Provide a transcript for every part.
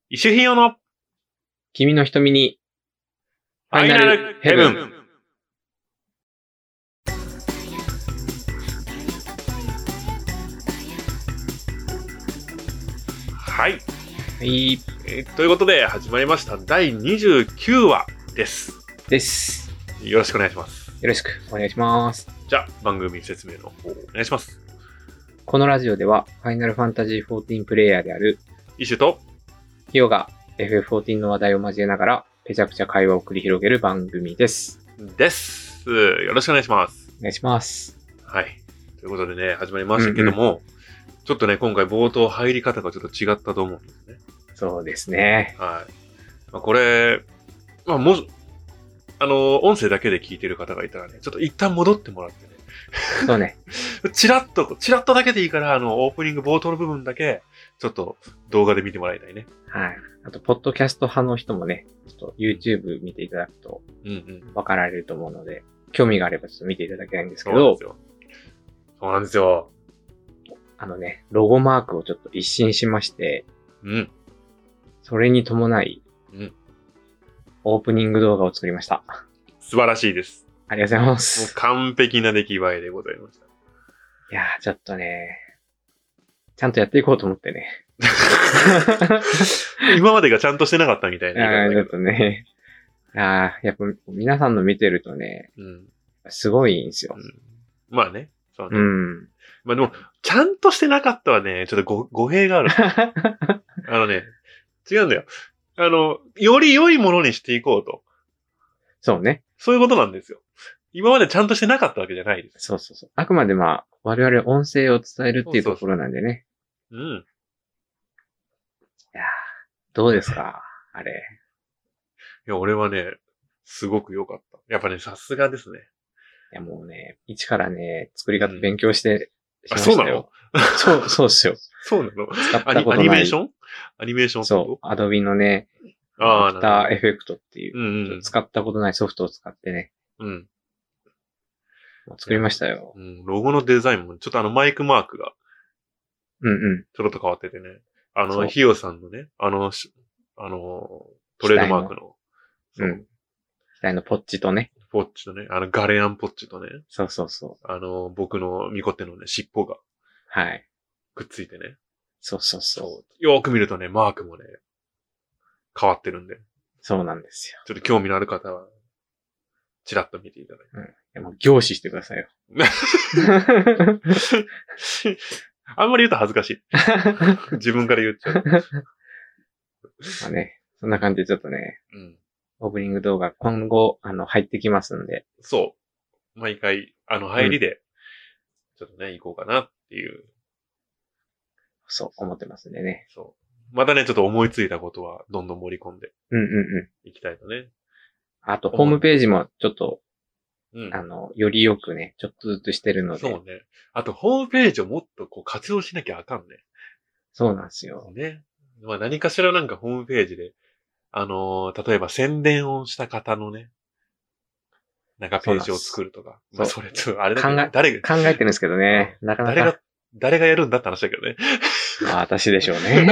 イシュヒヨの君の瞳にファイナルヘブン。はい、 はい、 ということで始まりました第29話です。よろしくお願いします。 よろしくお願いします。 じゃあ番組説明の方お願いします。 このラジオではファイナルファンタジー14プレイヤーであるイシュとヒヨが FF14 の話題を交えながらぺちゃくちゃ会話を繰り広げる番組です。 よろしくお願いします。 お願いします。 はい。ということでね、始まりましたけども、ちょっとね、今回冒頭入り方がちょっと違ったと思うんですね。 そうですね。 はい。これ、音声だけで聞いてる方がいたらね、ちょっと一旦戻ってもらってね。 そうね。 チラッとだけでいいから、オープニング冒頭の部分だけ、ちょっと動画で見てもらいたいね。 はい。あと、ポッドキャスト派の人もね、ちょっと YouTube 見ていただくと、分かられると思うので、興味があればちょっと見ていただきたいんですけど、 そうなんですよ。 ロゴマークをちょっと一新しまして、それに伴い、オープニング動画を作りました。 素晴らしいです。 ありがとうございます。 もう完璧な出来栄えでございました。 いやー、ちょっとね、ちゃんとやっていこうと思ってね。 今までがちゃんとしてなかったみたいな。 ちょっとね。やっぱ皆さんの見てるとね、すごいんですよ。 まあね。そうね。まあでも、ちゃんとしてなかったはね、ちょっと語弊がある。違うんだよ。より良いものにしていこうと。 そうね。 そういうことなんですよ。今までちゃんとしてなかったわけじゃないです。 そう。あくまで我々音声を伝えるっていうところなんでね。いやー、どうですかあれ。 いや、俺はね、すごく良かった。やっぱね、さすがですね。 いや、もうね、一からね、作り方勉強してしましたよ。そうなの？ そうっすよ。 そうなの？ 使ったことない。 アニメーションそう、アドビのね、アフターエフェクトっていう、使ったことないソフトを使ってね。作りましたよ。 ロゴのデザインも、ちょっとマイクマークが、ちょろっと変わっててね。ヒヨさんのね、トレードマークの。 額のポッチとね。 ガレアンポッチとね。 そう。 僕のミコテのね、尻尾が。 はい。 くっついてね。 そう。 よーく見るとね、マークもね、変わってるんで。 そうなんですよ。 ちょっと興味のある方は、チラッと見ていただいて。 もう凝視してくださいよ。 あんまり言うと恥ずかしい。自分から言っちゃう。 まあね、そんな感じでちょっとね、オープニング動画今後、入ってきますんで。 そう。毎回、入りで、ちょっとね、行こうかなっていう。 そう、思ってますんでね。 そう。またね、ちょっと思いついたことは、どんどん盛り込んで。いきたいとね。 あと、ホームページもちょっと、よりよくね、ちょっとずつしてるので。 そうね。あと、ホームページをもっと活用しなきゃあかんね。 そうなんですよ。 ね。まあ何かしらなんかホームページで、例えば宣伝をした方のね、なんかページを作るとか。まあそれと、あれだけど、 誰が考えてるんですけどね。なかなか。 誰がやるんだって話だけどね。 まあ私でしょうね。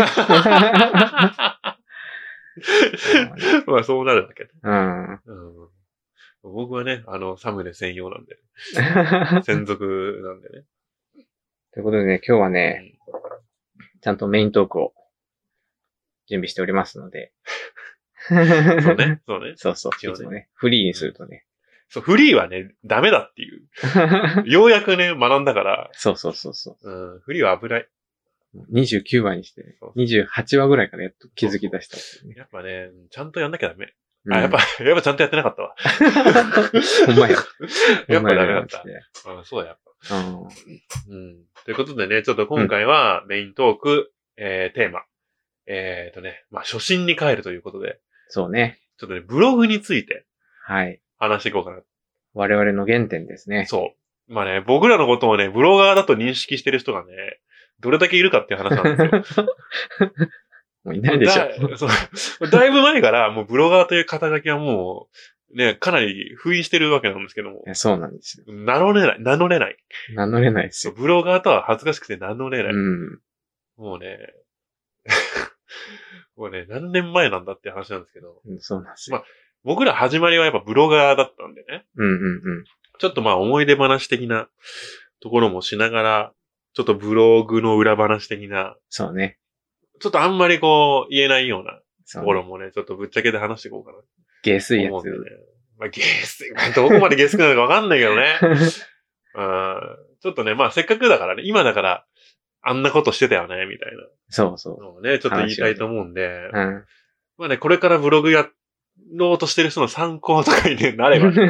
まあそうなるわけね。僕はね、サムネ専用なんで。専属なんでね。 ということでね、今日はね、ちゃんとメイントークを準備しておりますので。 そうね。 そう。いつもね、フリーにするとね。 そう、フリーはね、ダメだっていう。ようやくね、学んだから。 そう。 フリーは危ない。 29話にして、28話ぐらいからやっと気づき出した、 やっぱね、ちゃんとやんなきゃダメ。やっぱちゃんとやってなかったわ。 ほんまや。 やっぱダメだった。そうだ、やっぱ。ということでね、ちょっと今回はメイントーク、テーマ。まあ、初心に帰るということで。 そうね。 ちょっとね、ブログについて。 はい。 話していこうかな。 我々の原点ですね。 そう。まあね、僕らのことをね、ブロガーだと認識してる人がね、どれだけいるかっていう話なんですよ。 もういないでしょ。 だいぶ前から、もうブロガーという肩書きはもう、ね、かなり封印してるわけなんですけども。 そうなんですよ。 名乗れない。名乗れないですよ。ブロガーとは恥ずかしくて名乗れない。もうね、 これね、何年前なんだって話なんですけど。 そうなんですよ。 まあ、僕ら始まりはやっぱブロガーだったんでね。 うんうんうん。 ちょっとまあ思い出話的なところもしながら、ちょっとブログの裏話的な。 そうね。 ちょっとあんまりこう言えないようなところもね、ちょっとぶっちゃけで話していこうかな。 ゲスいやつ。 ね。まあゲス、どこまでゲスくなるかわかんないけどね。ちょっとね、まあせっかくだからね、今だからあんなことしてたよね、みたいな。 そうそう。 のをね、ちょっと言いたいと思うんで。 うん。 まあね、これからブログやろうとしてる人の参考とかに、ね、なれば、ね。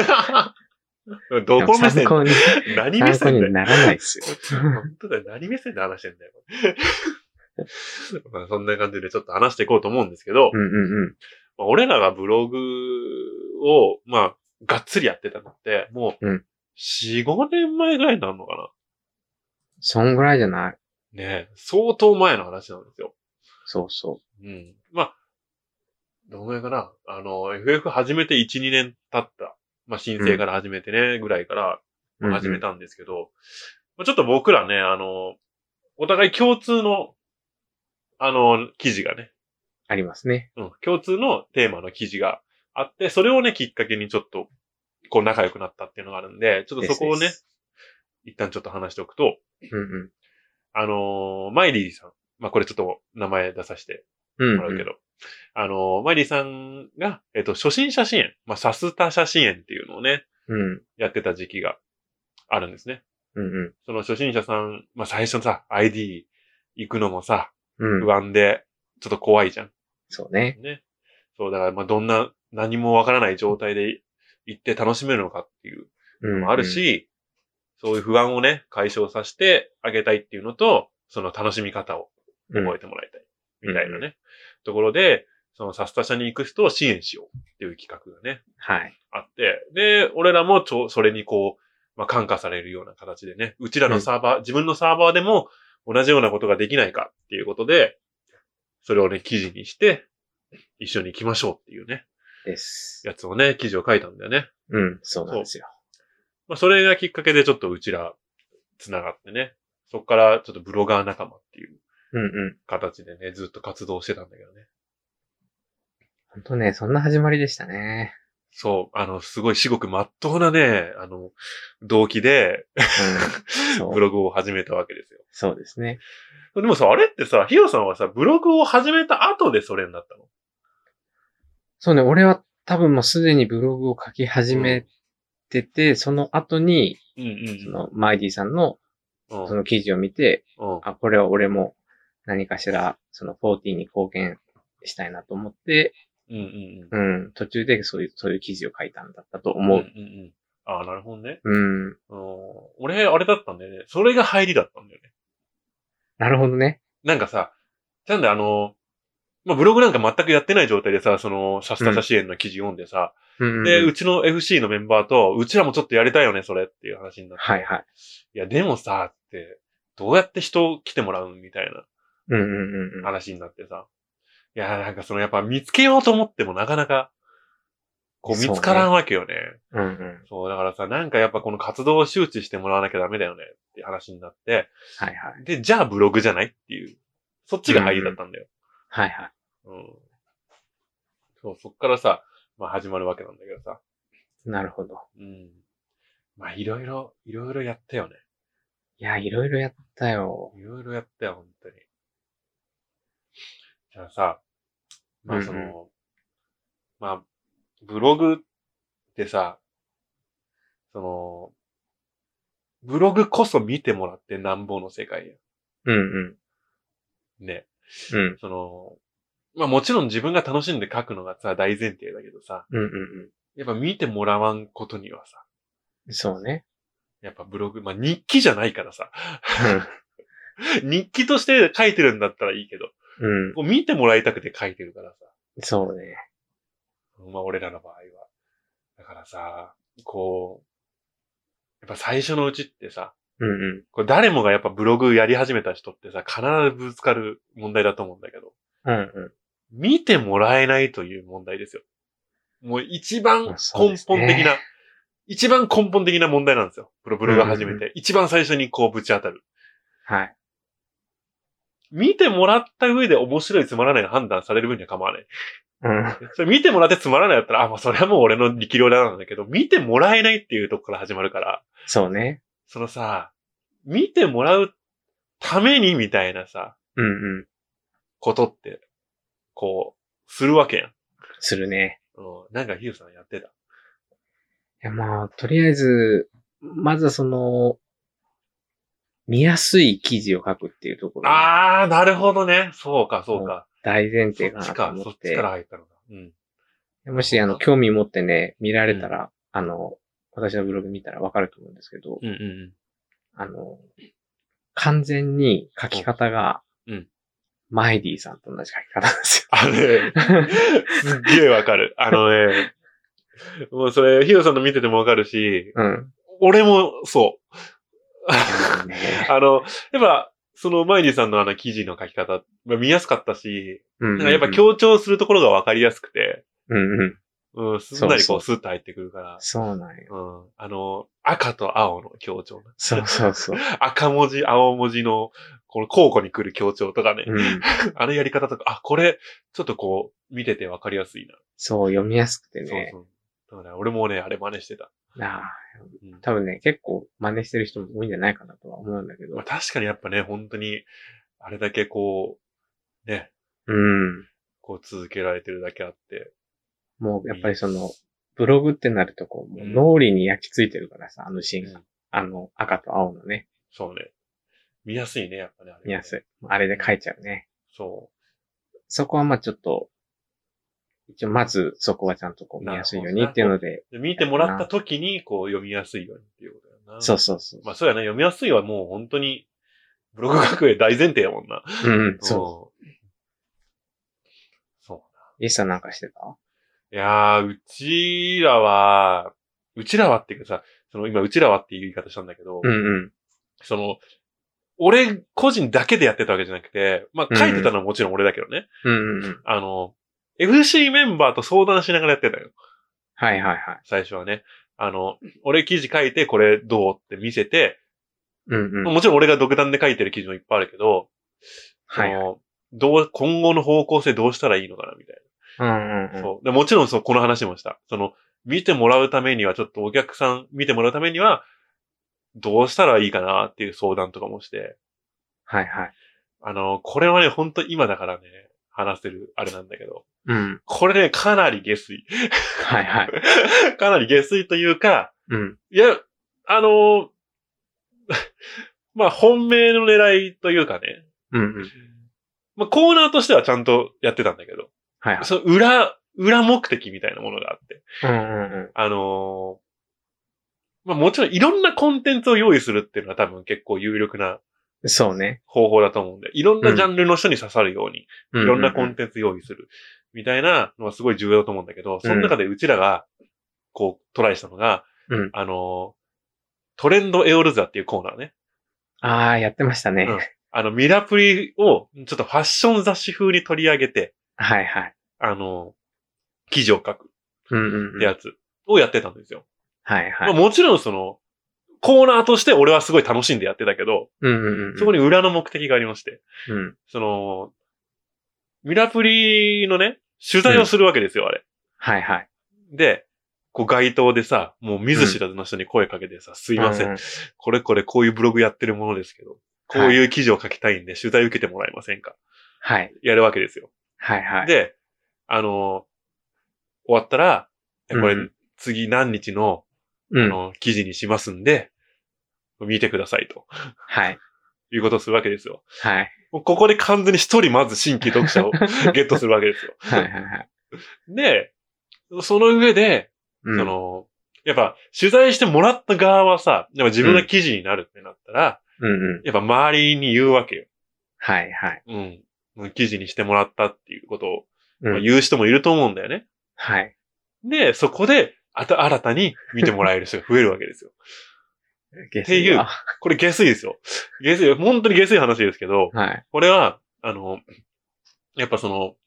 どこ目線何目線でならないですよ。 本当だよ。何目線で話してんだよ。まあそんな感じでちょっと話していこうと思うんですけど、まあ、俺らがブログを、まあ、がっつりやってたのって、もう、4、5年前ぐらいになるのかな。 そんぐらいじゃないねえ、相当前の話なんですよ。 そうそう。 うん。まあ、どのぐらいかな。FF 始めて1、2年経った。まあ、申請から始めてね、ぐらいから始めたんですけど、まあ、ちょっと僕らね、お互い共通の、記事がね。 ありますね。 うん。共通のテーマの記事があって、それをね、きっかけにちょっと、こう仲良くなったっていうのがあるんで、ちょっとそこをね、一旦ちょっと話しておくと、マイリーさん。まあ、これちょっと名前出させてもらうけど、マイリーさんが、初心者支援、まあ、サスタ社支援っていうのをね、やってた時期があるんですね。その初心者さん、まあ、最初さ、ID 行くのもさ、不安で、ちょっと怖いじゃん。 そうね。 そう、だからまあ、何もわからない状態で行って楽しめるのかっていうのもあるし、そういう不安をね、解消させてあげたいっていうのと、その楽しみ方を覚えてもらいたい。みたいなね。ところで、そのサスタ社に行く人を支援しようっていう企画がね。あって。で、俺らもそれにこう、まあ、感化されるような形でね、うちらのサーバー、自分のサーバーでも同じようなことができないかっていうことで、それをね、記事にして、一緒に行きましょうっていうね。やつをね、記事を書いたんだよね。 そうなんですよ。 まあ、それがきっかけでちょっとうちら繋がってね。そこからちょっとブロガー仲間っていう形でね、ずっと活動してたんだけどね。 本当ね、そんな始まりでしたね。 そう、すごい至極真っ当なね、動機で、ブログを始めたわけですよ。 そうですね。 でもさ、あれってさ、ヒヨさんはさ、ブログを始めた後でそれになったの？ そうね、俺は多分もうすでにブログを書き始めてて、その後に、そのマイディさんの、その記事を見て、あ、これは俺も何かしら、その40に貢献したいなと思って、途中でそういう記事を書いたんだったと思う。 ああ、なるほどね。俺、あれだったんだよね。それが入りだったんだよね。 なるほどね。 なんかさ、なんでまあ、ブログなんか全くやってない状態でさ、その、サスタ社支援の記事読んでさ、で、うちの FC のメンバーと、うちらもちょっとやりたいよね、それっていう話になって。いや、でもさ、って、どうやって人来てもらうみたいな、話になってさ。いや、なんかそのやっぱ見つけようと思ってもなかなか、こう見つからんわけよね。そう、だからさ、なんかやっぱこの活動を周知してもらわなきゃダメだよねっていう話になって、で、じゃあブログじゃないっていう、そっちが入りだったんだよ。そう、そっからさ、まあ始まるわけなんだけどさ。 なるほど。 まあいろいろやったよね。 いや、いろいろやったよ。 いろいろやったよ、本当に。じゃあさ、まあその、まあ、ブログってさ、その、ブログこそ見てもらってなんぼの世界や。ね。その、まあもちろん自分が楽しんで書くのがさ、大前提だけどさ、やっぱ見てもらわんことにはさ、 そうね。 やっぱブログ、まあ日記じゃないからさ、日記として書いてるんだったらいいけど、こう見てもらいたくて書いてるからさ。 そうね。 まあ俺らの場合は。だからさ、こう、やっぱ最初のうちってさ、これ誰もがやっぱブログやり始めた人ってさ、必ずぶつかる問題だと思うんだけど、見てもらえないという問題ですよ。もう一番根本的な、一番根本的な問題なんですよ。ブログ始めて。一番最初にこうぶち当たる。 見てもらった上で面白いつまらないの判断される分には構わない。それ見てもらってつまらないだったら、まあそれはもう俺の力量なんだけど、見てもらえないっていうところから始まるから。 そうね。 そのさ、見てもらうためにみたいなさ、ことって、こう、するわけやん。 するね。 なんかヒューさんやってた。いやまあ、とりあえず、まず見やすい記事を書くっていうところ。 あー、なるほどね。そうか。 大前提かなと思って。 そっちから入ったのか。 もし、興味持ってね、見られたら、私のブログ見たらわかると思うんですけど、完全に書き方が、マイディさんと同じ書き方なんですよ。すっげえわかる。もうそれ、ヒロさんの見ててもわかるし、俺もそう。やっぱ、そのマイディさんの記事の書き方、見やすかったし、なんかやっぱ強調するところがわかりやすくて、すんなりこうスッと入ってくるから。 そうなんよ。 赤と青の強調。 そう。 赤文字、青文字の、この交互に来る強調とかね。あのやり方とか、これ、ちょっとこう、見ててわかりやすいな。 そう、読みやすくてね。 そう。だから俺もね、あれ真似してた。 多分ね、結構真似してる人も多いんじゃないかなとは思うんだけど。 確かにやっぱね、本当に、あれだけこう、ね。こう続けられてるだけあって。 もうやっぱりブログってなるともう脳裏に焼き付いてるからさ、シーンが。赤と青のね。 そうね。見やすいね、やっぱね。 見やすい。あれで書いちゃうね。 そう。 そこはまあちょっと、一応まずそこはちゃんと見やすいようにっていうので。 見てもらった時に読みやすいようにっていうことだよな。 そう。 まあそうやな、読みやすいはもう本当に、ブログ書く上大前提やもんな。 そう。イエスさんなんかしてた？ いやー、うちらはっていうかさ、今うちらはっていう言い方したんだけど、俺個人だけでやってたわけじゃなくて、まあ書いてたのはもちろん俺だけどね。FC メンバーと相談しながらやってたよ。 はい。 最初はね。俺記事書いてこれどうって見せて、もちろん俺が独断で書いてる記事もいっぱいあるけど、今後の方向性どうしたらいいのかなみたいな。そうでもちろんこの話もした。見てもらうためには、ちょっとお客さん見てもらうためには、どうしたらいいかなっていう相談とかもして。これはね、本当今だからね、話せるあれなんだけど。これね、かなり下水。かなり下水というか、いや、まあ、本命の狙いというかね。まあ、コーナーとしてはちゃんとやってたんだけど。その裏目的みたいなものがあって。まあもちろんいろんなコンテンツを用意するっていうのは多分結構有力な。 そうね。 方法だと思うんで。いろんなジャンルの人に刺さるように、いろんなコンテンツ用意する。みたいなのはすごい重要だと思うんだけど、その中でうちらが、こう、トライしたのが、トレンドエオルザっていうコーナーね。 やってましたね。 ミラプリをちょっとファッション雑誌風に取り上げて、記事を書く。ってやつをやってたんですよ。もちろんコーナーとして俺はすごい楽しんでやってたけど、そこに裏の目的がありまして、ミラプリのね、取材をするわけですよ、あれ。で、こう街頭でさ、もう見ず知らずの人に声かけてさ、すいません。これこういうブログやってるものですけど、こういう記事を書きたいんで取材受けてもらえませんか？やるわけですよ。で、終わったら、これ次何日の、記事にしますんで、見てくださいと。いうことをするわけですよ。ここで完全に一人まず新規読者をゲットするわけですよ。で、その上で、やっぱ取材してもらった側はさ、やっぱ自分が記事になるってなったら、やっぱ周りに言うわけよ。記事にしてもらったっていうことを、言う人もいると思うんだよね。で、そこで、新たに見てもらえる人が増えるわけですよ。っていう、これ下水ですよ。下水、本当に下水話ですけど、これは、やっぱ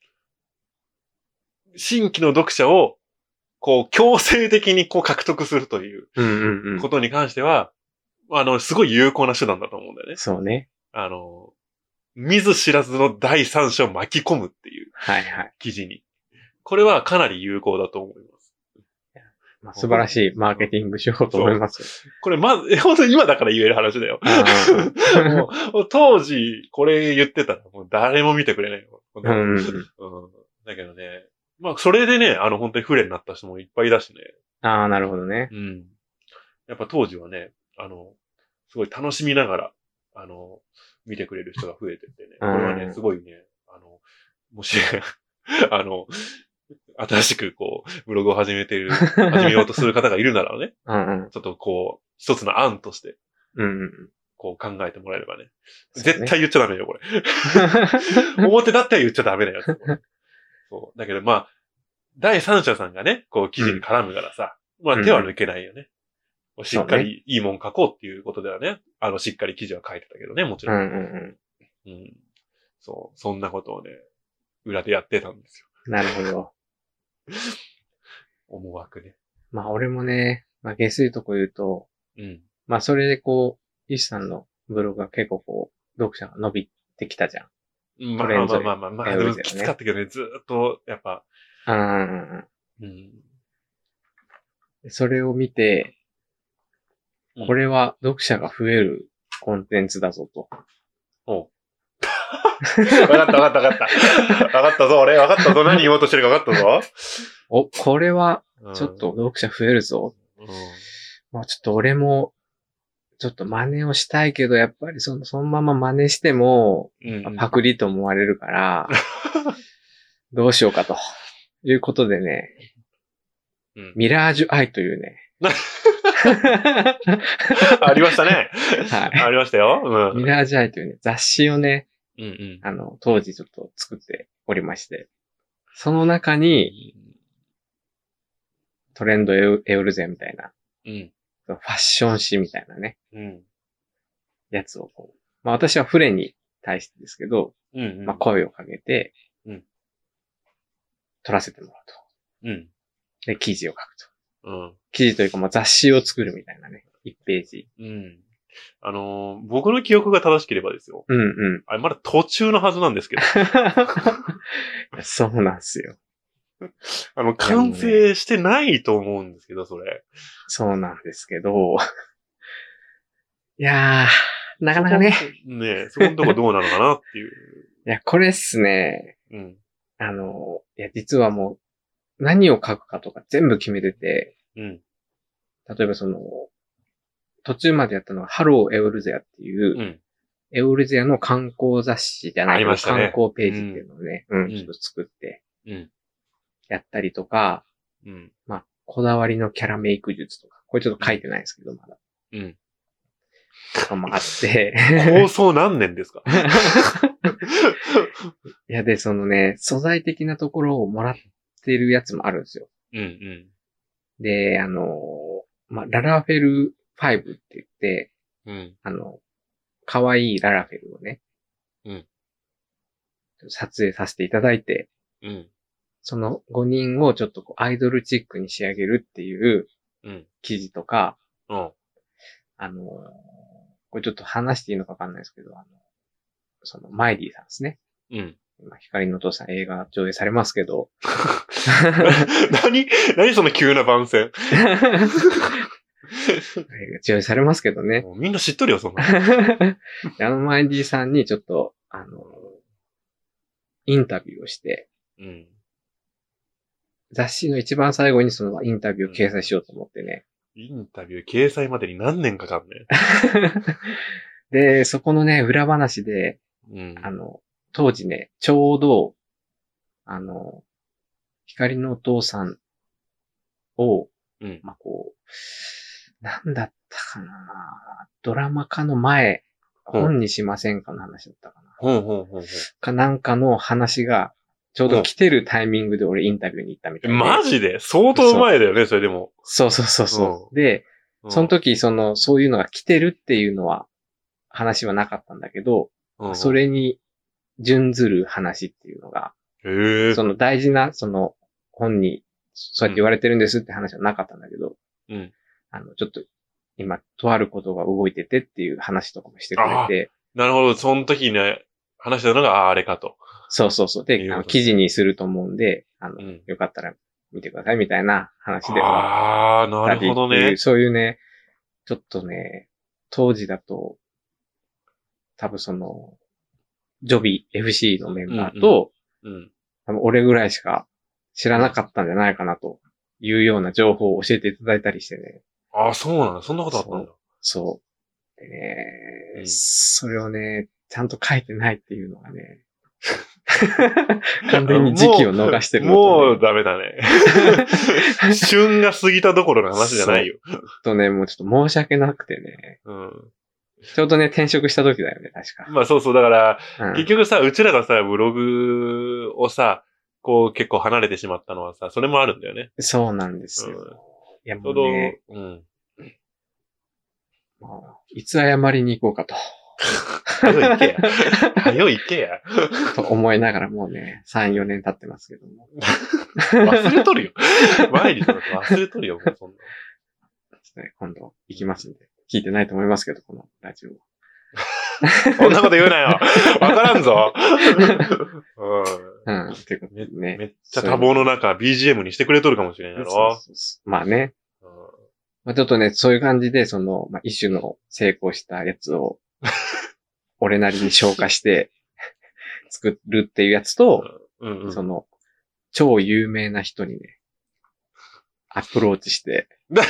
新規の読者を、こう、強制的にこう獲得するということに関しては、すごい有効な手段だと思うんだよね。 そうね。 見ず知らずの第三者を巻き込むっていう記事に。これはかなり有効だと思います。 まあ、素晴らしいマーケティングしようと思いますよ。 これまず、本当に今だから言える話だよ。もう当時これ言ってたらもう誰も見てくれないよ。だけどね、まあそれでね、本当に不利になった人もいっぱいだしね。 ああ、なるほどね。 やっぱ当時はね、すごい楽しみながら、見てくれる人が増えててね。これはね、すごいね、もし、新しくこう、ブログを始めようとする方がいるならね、ちょっとこう、一つの案として、こう考えてもらえればね。絶対言っちゃダメよ、これ。表だっては言っちゃダメなやつ。そう。だけどまあ、第三者さんがね、こう記事に絡むからさ、まあ手は抜けないよね。しっかりいいもん書こうっていうことではね、しっかり記事は書いてたけどね、もちろん。そう、そんなことをね、裏でやってたんですよ。 なるほど。 思惑ね。 まあ俺もね、まあ下水とこ言うと、まあそれでこう、石さんのブログが結構こう、読者が伸びてきたじゃん。 まあ、でもきつかったけどね、ずーっと、やっぱ。 それを見て、これは読者が増えるコンテンツだぞと。 わかった。わかったぞ、俺。わかったぞ。何言おうとしてるかわかったぞ。 これは、ちょっと読者増えるぞ。まあちょっと俺も、ちょっと真似をしたいけど、やっぱりそのまま真似しても、パクリと思われるから、どうしようかということでね、ミラージュアイというね。 ありましたね。 はい。 ありましたよ。 ミラージュアイというね、雑誌をね、当時ちょっと作っておりまして、その中に、トレンドエウルゼみたいな、ファッション誌みたいなね、やつをこう、まあ私はフレに対してですけど、まあ声をかけて、撮らせてもらうと。で、記事を書くと。記事というか、まあ雑誌を作るみたいなね、1ページ。 僕の記憶が正しければですよ。あれ、まだ途中のはずなんですけど。 そうなんですよ。 完成してないと思うんですけど、それ。 そうなんですけど、いやー、なかなかね。 そこのとこどうなのかなっていう。 いや、これっすね。いや、実はもう、何を書くかとか全部決めてて、例えば途中までやったのは、ハローエウルゼアっていう、エウルゼアの観光雑誌じゃないけど、観光ページっていうのをね、ちょっと作って、やったりとか、まあ、こだわりのキャラメイク術とか、これちょっと書いてないですけど、まだ。とかもあって。 構想何年ですか？ いや、で、素材的なところをもらってるやつもあるんですよ。で、まあ、ララフェル5って言って、可愛いララフェルをね、撮影させていただいて、その5人をちょっとこうアイドルチックに仕上げるっていう記事とか、これちょっと話していいのかわかんないですけど、マイディさんですね。今、光のお父さん映画上映されますけど。 何その急な番宣。 上映されますけどね。 みんな知っとるよ、そんな。 マイディさんにちょっと、インタビューをして、雑誌の一番最後にそのインタビューを掲載しようと思ってね。 インタビュー掲載までに何年かかんね。 で、そこのね、裏話で、当時ね、ちょうど、光のお父さんを、まあ、こう、なんだったかな、ドラマ化の前、本にしませんかの話だったかな。かなんかの話が、ちょうど来てるタイミングで俺インタビューに行ったみたいで。 マジで相当前だよね、それでも。 そう。で、その時、そういうのが来てるっていうのは、話はなかったんだけど、それに準ずる話っていうのが、その大事な、本に、そうやって言われてるんですって話はなかったんだけど、ちょっと、今、とあることが動いててっていう話とかもしてくれて。 なるほど、その時ね、 話してたのが、あれかと。 そうそうそう。で、記事にすると思うんで、よかったら見てくださいみたいな話でああ、なるほどね。 そういうね、ちょっとね、当時だと、多分その、ジョビ FC のメンバーと、多分俺ぐらいしか知らなかったんじゃないかなというような情報を教えていただいたりしてね。 ああ、そうなんだ。そんなことあったんだ。 そう。でね、それをね、ちゃんと書いてないっていうのがね、完全に時期を逃してる、 ね。もうダメだね。旬が過ぎたどころの話じゃないよ。 もうちょっと申し訳なくてね。ちょうどね、転職した時だよね、確か。 まあそうそう。だから、結局さ、うちらがさ、ブログをさ、こう結構離れてしまったのはさ、それもあるんだよね。 そうなんですよ。いや、もうね。まあ、いつ謝りに行こうかと。 早よ行けや。早よ行けや。 と思いながらもうね、3、4年経ってますけども。 忘れとるよ。前に忘れとるよ、もうそんな。 今度行きますんで。聞いてないと思いますけど、このラジオは。 そんなこと言うなよ。わからんぞ。 ていうことでね。 めっちゃ多忙の中、BGM にしてくれとるかもしれんやろ。 まあね。まあちょっとね、そういう感じで、一種の成功したやつを、俺なりに消化して、作るっていうやつと、超有名な人にね、アプローチして、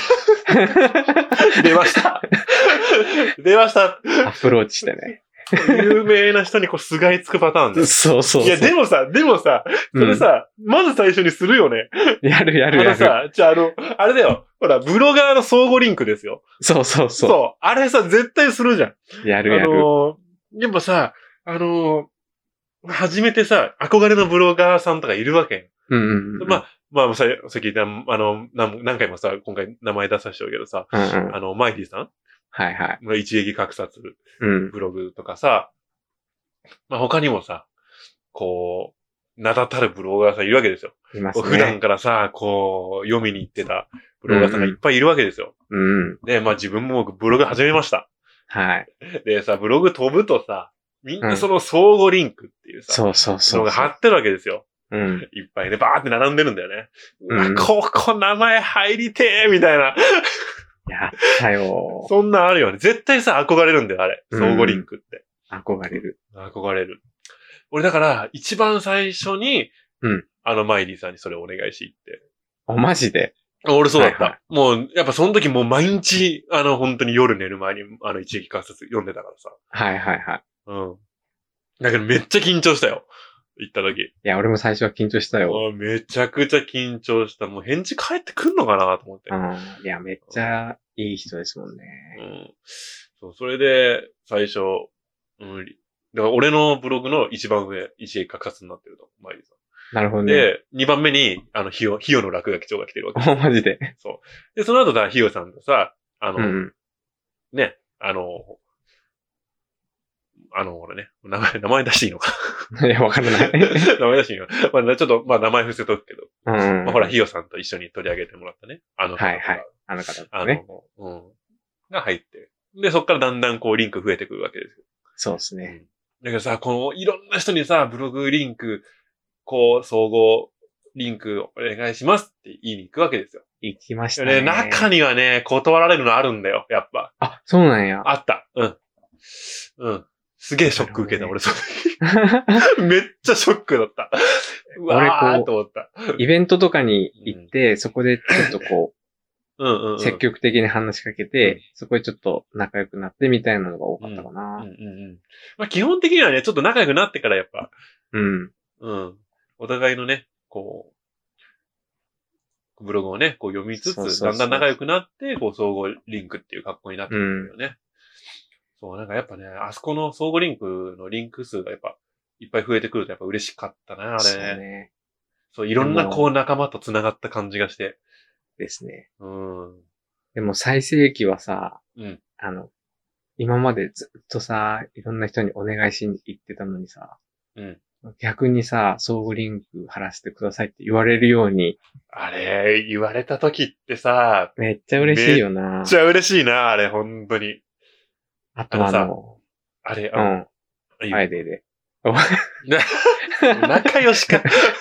出ました。出ました。 アプローチしてね。 有名な人にこう、すがいつくパターンで。 そうそう。 いや、でもさ、それさ、まず最初にするよね。 やる。 あれだよ。ほら、ブロガーの相互リンクですよ。 そう。 そう。あれさ、絶対するじゃん。 やる。 でもさ、初めてさ、憧れのブロガーさんとかいるわけ。まあ、さっき言った、何回もさ、今回名前出させてるけどさ、マイティさんはいはい。 一撃格殺、ブログとかさ、まあ他にもさ、こう、名だたるブロガーさんいるわけですよ。 いますね。 普段からさ、こう、読みに行ってたブロガーさんがいっぱいいるわけですよ。で、まあ自分もブログ始めました。 はい。 でさ、ブログ飛ぶとさ、みんなその相互リンクっていうさ、のが貼ってるわけですよ。いっぱいね、バーって並んでるんだよね。ここ名前入りてーみたいな。 やったよ。 そんなんあるよね。絶対さ、憧れるんだよ、あれ。相互リンクって。 憧れる。 俺だから、一番最初に、マイリーさんにそれお願いしって。 マジで？ 俺そうだった。もう、やっぱその時もう毎日、本当に夜寝る前に、一撃観察読んでたからさ。 はい。 だけどめっちゃ緊張したよ。行った時。 いや、俺も最初は緊張したよ。 めちゃくちゃ緊張した。もう返事返ってくんのかなと思って。 いや、めっちゃいい人ですもんね。 そう、それで、最初、だから俺のブログの一番上、一撃格殺になってると、マイリーさん。 なるほどね。 で、二番目に、ヒヨの落書き帳が来てるわけです。マジで。 そう。で、その後だ、ヒヨさんとさ、ね、俺ね、名前出していいのか。 いや、わからない。 名前出していいのか。まあ、ちょっと、まあ、名前伏せとくけど。まあ、ほら、ヒヨさんと一緒に取り上げてもらったね。 はい。あの方ですね。 が入って。で、そっからだんだんこう、リンク増えてくるわけですよ。 そうですね。 だからさ、この、いろんな人にさ、ブログリンク、こう、総合リンクお願いしますって言いに行くわけですよ。 行きましたね。 中にはね、断られるのあるんだよ、やっぱ。 あ、そうなんや。 あった。すげえショック受けた、俺、その時。めっちゃショックだった。うわーと思った。 イベントとかに行って、そこでちょっとこう、積極的に話しかけて、そこでちょっと仲良くなってみたいなのが多かったかな。 まあ基本的にはね、ちょっと仲良くなってからやっぱ、お互いのね、こう、ブログをね、こう読みつつ、だんだん仲良くなって、こう、相互リンクっていう格好になってくるよね。そう、なんかやっぱね、あそこの相互リンクのリンク数がやっぱ、いっぱい増えてくるとやっぱ嬉しかったな、あれ。そうね。そう、いろんなこう仲間と繋がった感じがして。 ですね。でも最盛期はさ、今までずっとさ、いろんな人にお願いしに行ってたのにさ、逆にさ、相互リンク貼らせてくださいって言われるように。 あれ、言われた時ってさ、 めっちゃ嬉しいよな。 めっちゃ嬉しいな、あれ、本当に。 あとあれ、 あれで。 仲良しか。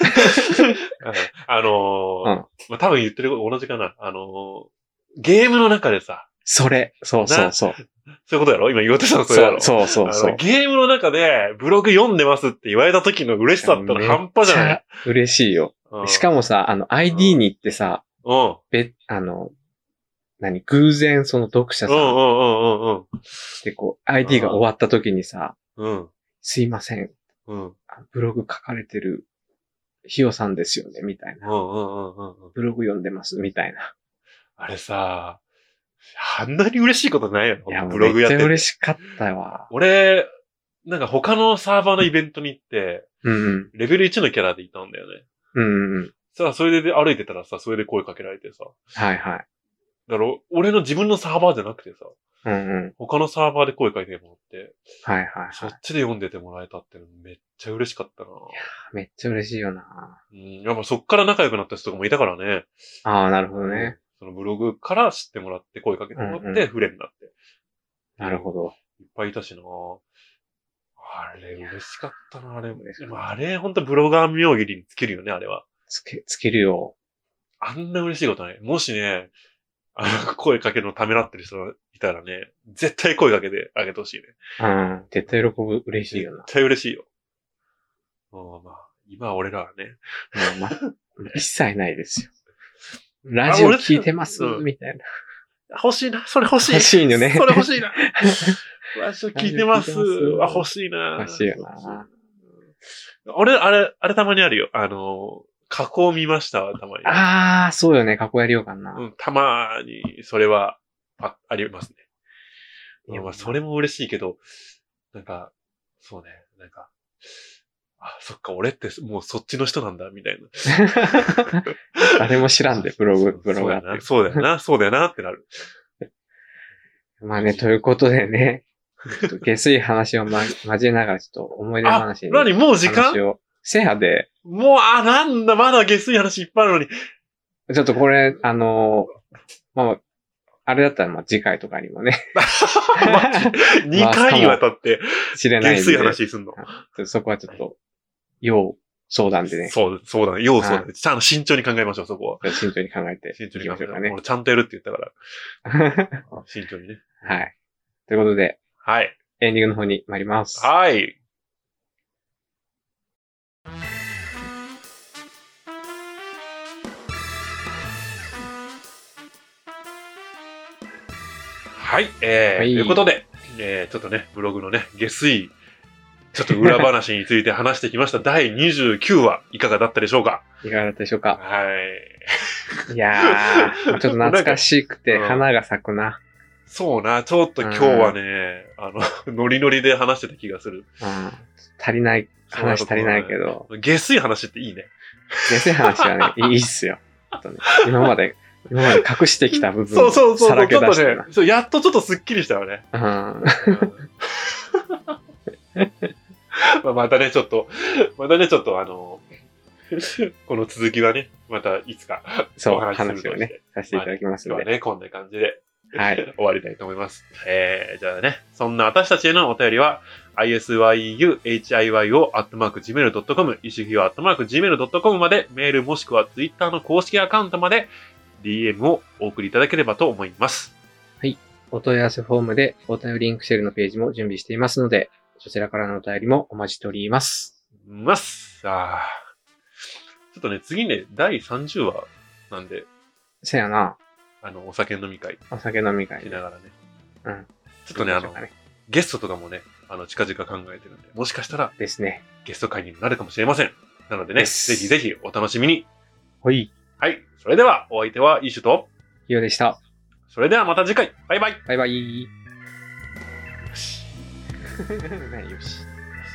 まあ、多分言ってること同じかな。ゲームの中でさ。 そうそう。 そういうことやろ今言おうとしたのそれやろそう。 ゲームの中でブログ読んでますって言われた時の嬉しさったら半端じゃない。めっちゃ嬉しいよ。しかもさ、ID に行ってさ、偶然その読者さん。で、こう、ID が終わった時にさ、すいません。ブログ書かれてる、ひよさんですよね、みたいな。ブログ読んでます、みたいな。 あれさ、あんなに嬉しいことないよね。 いや、ブログやってて。めっちゃ嬉しかったわ。 俺、なんか他のサーバーのイベントに行って、レベル1のキャラでいたんだよね。さあ、それで歩いてたらさ、それで声かけられてさ。 はいはい。 だから、俺の自分のサーバーじゃなくてさ、他のサーバーで声かけてもらって、そっちで読んでてもらえたってのめっちゃ嬉しかったな。いやめっちゃ嬉しいよな。 やっぱそっから仲良くなった人とかもいたからね。 ああ、なるほどね。 そのブログから知ってもらって声かけてもらって、フレンになって。 なるほど。 いっぱいいたしな。あれ嬉しかったな、あれ。あれ、ほんとブロガー妙義につけるよね、あれは。 つけるよ。 あんな嬉しいことない。もしね、声かけるのためらってる人がいたらね、絶対声かけてあげてほしいね。 絶対喜ぶ、嬉しいよな。 絶対嬉しいよ。まあ、今は俺らはね。 一切ないですよ。ラジオ聞いてます、みたいな。 欲しいな、それ欲しい。 欲しいよね。 それ欲しいな。ラジオ聞いてます。欲しいな。 欲しいよな。 俺、あれたまにあるよ。加工見ましたわ、たまに。 ああ、そうよね。加工やりようかな。 たまに、それは、ありますね。いや、まあ、それも嬉しいけど、なんか、そうね、なんか、そっか、俺ってもうそっちの人なんだ、みたいな。 誰も知らんで、ブログあって。 そうだよな、そうだよな、ってなる。 まあね、ということでね、下水話を交えながらちょっと思い出話に。 何もう時間せやで。 もう、なんだ、まだ下水話いっぱいあるのに。 ちょっとこれ、まあ、あれだったら、まあ、次回とかにもね。 2回にわたって、 知れないんで。 下水話すんの。 そこはちょっと、要相談でね。 そうだね。要相談で。ちゃんと慎重に考えましょう、そこは。 慎重に考えて。 慎重に考えて。俺ちゃんとやるって言ったから。慎重にね。 はい。ということで。 はい。 エンディングの方に参ります。 はい。はい。ということで、ちょっとね、ブログのね、下水、ちょっと裏話について話してきました。第29話、いかがだったでしょうか？ いかがだったでしょうか？ はい。 いやー、ちょっと懐かしくて花が咲くな。 そうな、ちょっと今日はね、ノリノリで話してた気がする。 話足りないけど。 下水話っていいね。 下水話はね、いいっすよ。今まで隠してきた部分をさらけ出してな。 そう、やっとちょっとスッキリしたよね。またね、ちょっと、この続きはね、またいつかお話をね、させていただきますので。 ね、こんな感じで、 はい、 終わりたいと思います。じゃあね、そんな私たちへのお便りは、isyuhiyo@gmail.com、ishiyo@gmail.com まで、メールもしくは Twitter の公式アカウントまで、DM をお送りいただければと思います。 はい。お問い合わせフォームでお便りリンクシェルのページも準備していますので、そちらからのお便りもお待ちしております。 さあ。ちょっとね、次ね、第30話なんで。 せやな。 お酒飲み会。 お酒飲み会。 しながらね。 うん。 ちょっとね、ゲストとかもね、近々考えてるんで、もしかしたら、 ですね。 ゲスト会になるかもしれません。なのでね、ぜひぜひお楽しみに。 はい。 はい。それでは、お相手はイシュと、 ヒヨでした。 それではまた次回。バイバイ。 バイバイ。 よし。 よし。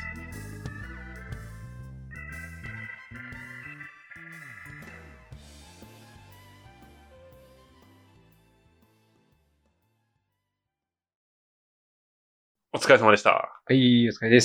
お疲れ様でした。 はい、お疲れです。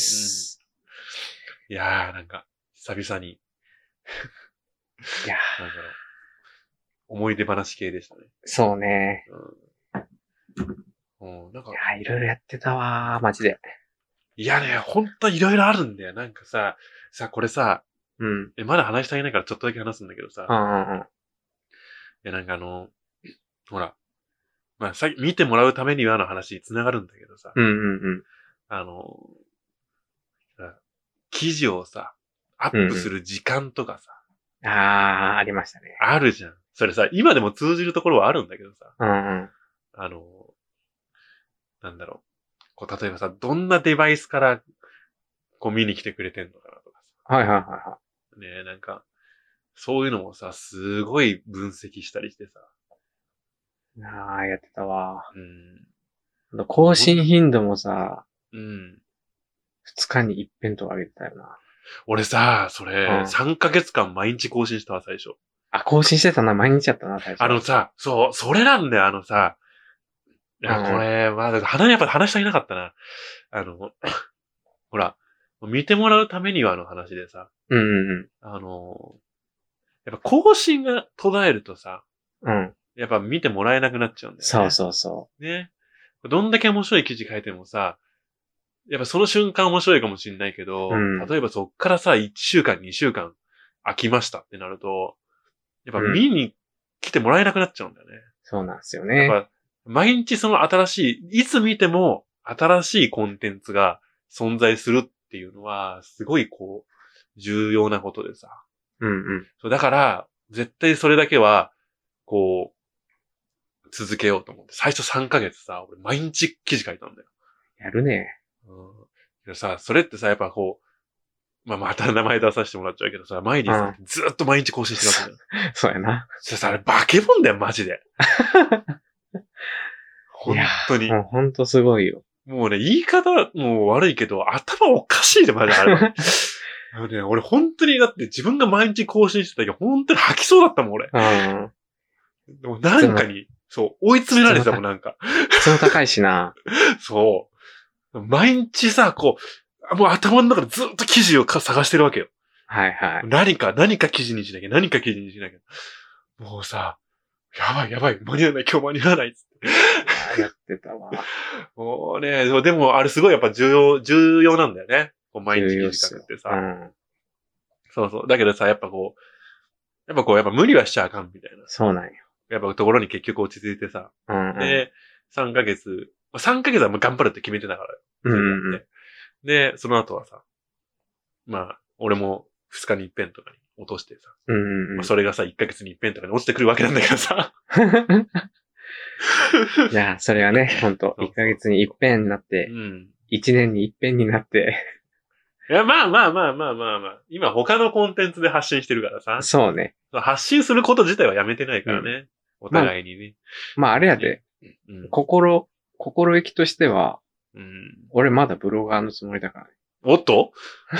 いやー、なんか、久々に。 いやー。 なんだろう。思い出話系でしたね。 そうね。 なんか。 いやー、いろいろやってたわー、マジで。 いやね、ほんといろいろあるんだよ。なんかさ、これさ、 うん。 まだ話したいないからちょっとだけ話すんだけどさ。 うんうん。 いや、なんかほら、まあ、見てもらうためにはの話に繋がるんだけどさ。 うんうんうん。 あの、記事をさ、アップする時間とかさ。 ありましたね。 あるじゃん。それさ、今でも通じるところはあるんだけどさ。 うんうん。 なんだろう。例えばさ、どんなデバイスから、見に来てくれてんのかなとかさ。はいはいはいはい。 ね、なんか、そういうのもさ、すごい分析したりしてさ。 やってたわ。 うん。 更新頻度もさ、 うん。 2日に一遍とか上げてたよな。 俺さ、それ、3ヶ月間毎日更新したわ、最初。 更新してたな、毎日やったな、最初。 そう、それなんだよ、いや、これ、まあ、やっぱ話したいなかったな。ほら、見てもらうためにはの話でさ。 うんうんうん。 やっぱ更新が途絶えるとさ、 うん。 やっぱ見てもらえなくなっちゃうんだよね。 そうそうそう。 ね。どんだけ面白い記事書いてもさ、やっぱその瞬間面白いかもしれないけど、例えばそっからさ、1週間、2週間空きましたってなると、やっぱ見に来てもらえなくなっちゃうんだよね。 そうなんですよね。 やっぱ、毎日その新しい、いつ見ても新しいコンテンツが存在するっていうのは、すごい重要なことでさ。 うんうん。 そう、だから、絶対それだけは、続けようと思って。最初3ヶ月さ、俺毎日記事書いたんだよ。 やるね。 それってさ、やっぱまた名前出させてもらっちゃうけどさ、毎日さ、ずっと毎日更新してるわけだよ。 そうやな。 あれ化け物だよ、マジで。本当に。 もう本当すごいよ。 もうね、言い方もう悪いけど、頭おかしいで、マジであれ。俺本当に、だって自分が毎日更新してた時、本当に吐きそうだったもん、俺。でもなんかに、そう、追い詰められてたもん、なんか。 質も高いしな。 そう。毎日さ、もう頭の中でずっと記事を探してるわけよ。 はいはい。 何か記事にしなきゃ、何か記事にしなきゃ。もうさ、やばい、間に合わない、今日間に合わないっつって。 やってたわ。 もうね、でもあれすごいやっぱ重要なんだよね。毎日記事書くってさ。そうそう。だけどさ、やっぱ無理はしちゃあかんみたいな。 そうなんよ。 やっぱところに結局落ち着いてさ。で、3ヶ月はもう頑張るって決めてたから。で、その後はさ、まあ、俺も2日に一遍とかに落としてさ。それがさ、1ヶ月に一遍とかに落ちてくるわけなんだけどさ。 いや、それはね、ほんと、1ヶ月に一遍になって、1年に一遍になって。 いや、まあ。今他のコンテンツで発信してるからさ。 そうね。 発信すること自体はやめてないからね。お互いにね。 まああれやで、心意気としては、俺まだブロガーのつもりだからね。 おっと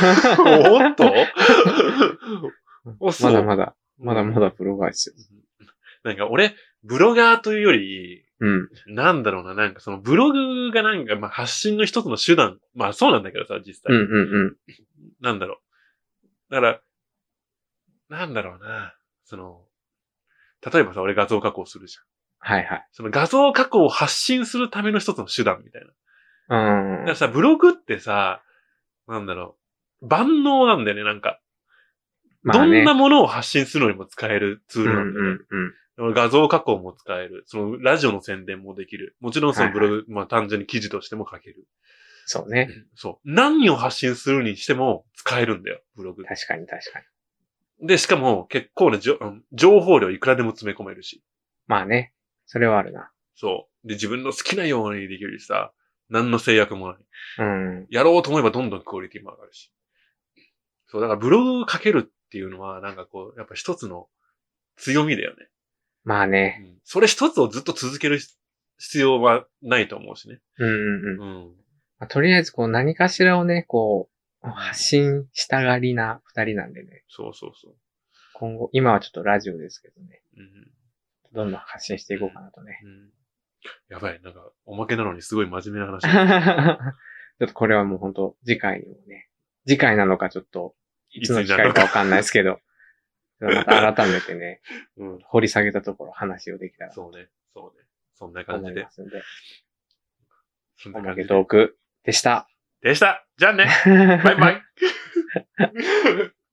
まだブロガーですよ。 なんか俺、ブロガーというより、なんだろうな、なんかそのブログがなんか、発信の一つの手段。まあそうなんだけどさ、実際。なんだろう。だから、なんだろうな。例えばさ、俺画像加工するじゃん。はいはい。 その画像加工を発信するための一つの手段みたいな。 だからさ、ブログってさ、なんだろう。万能なんだよね、なんか。どんなものを発信するのにも使えるツールなんだよね。画像加工も使える。そのラジオの宣伝もできる。もちろんそのブログ、単純に記事としても書ける。 そうね。 そう。何を発信するにしても使えるんだよ、ブログ。 確かに。 で、しかも結構な情報量いくらでも詰め込めるし。 まあね。それはあるな。 そう。で、自分の好きなようにできるしさ、何の制約もない。 うん。 やろうと思えばどんどんクオリティも上がるし。そう、だからブログ書けるっていうのは、なんかやっぱ一つの強みだよね。 まあね。 それ一つをずっと続ける必要はないと思うしね。 とりあえず何かしらをね、発信したがりな二人なんでね。 そう。 今後、今はちょっとラジオですけどね。どんどん発信していこうかなとね。 やばい、なんか、おまけなのにすごい真面目な話。 ちょっとこれはもう本当次回にもね。次回なのかちょっと、いつの機会かわかんないですけど。また改めてね、掘り下げたところ話をできたら。 そうね。そんな感じで。 おまけトークでした。 でした。じゃあね。バイバイ。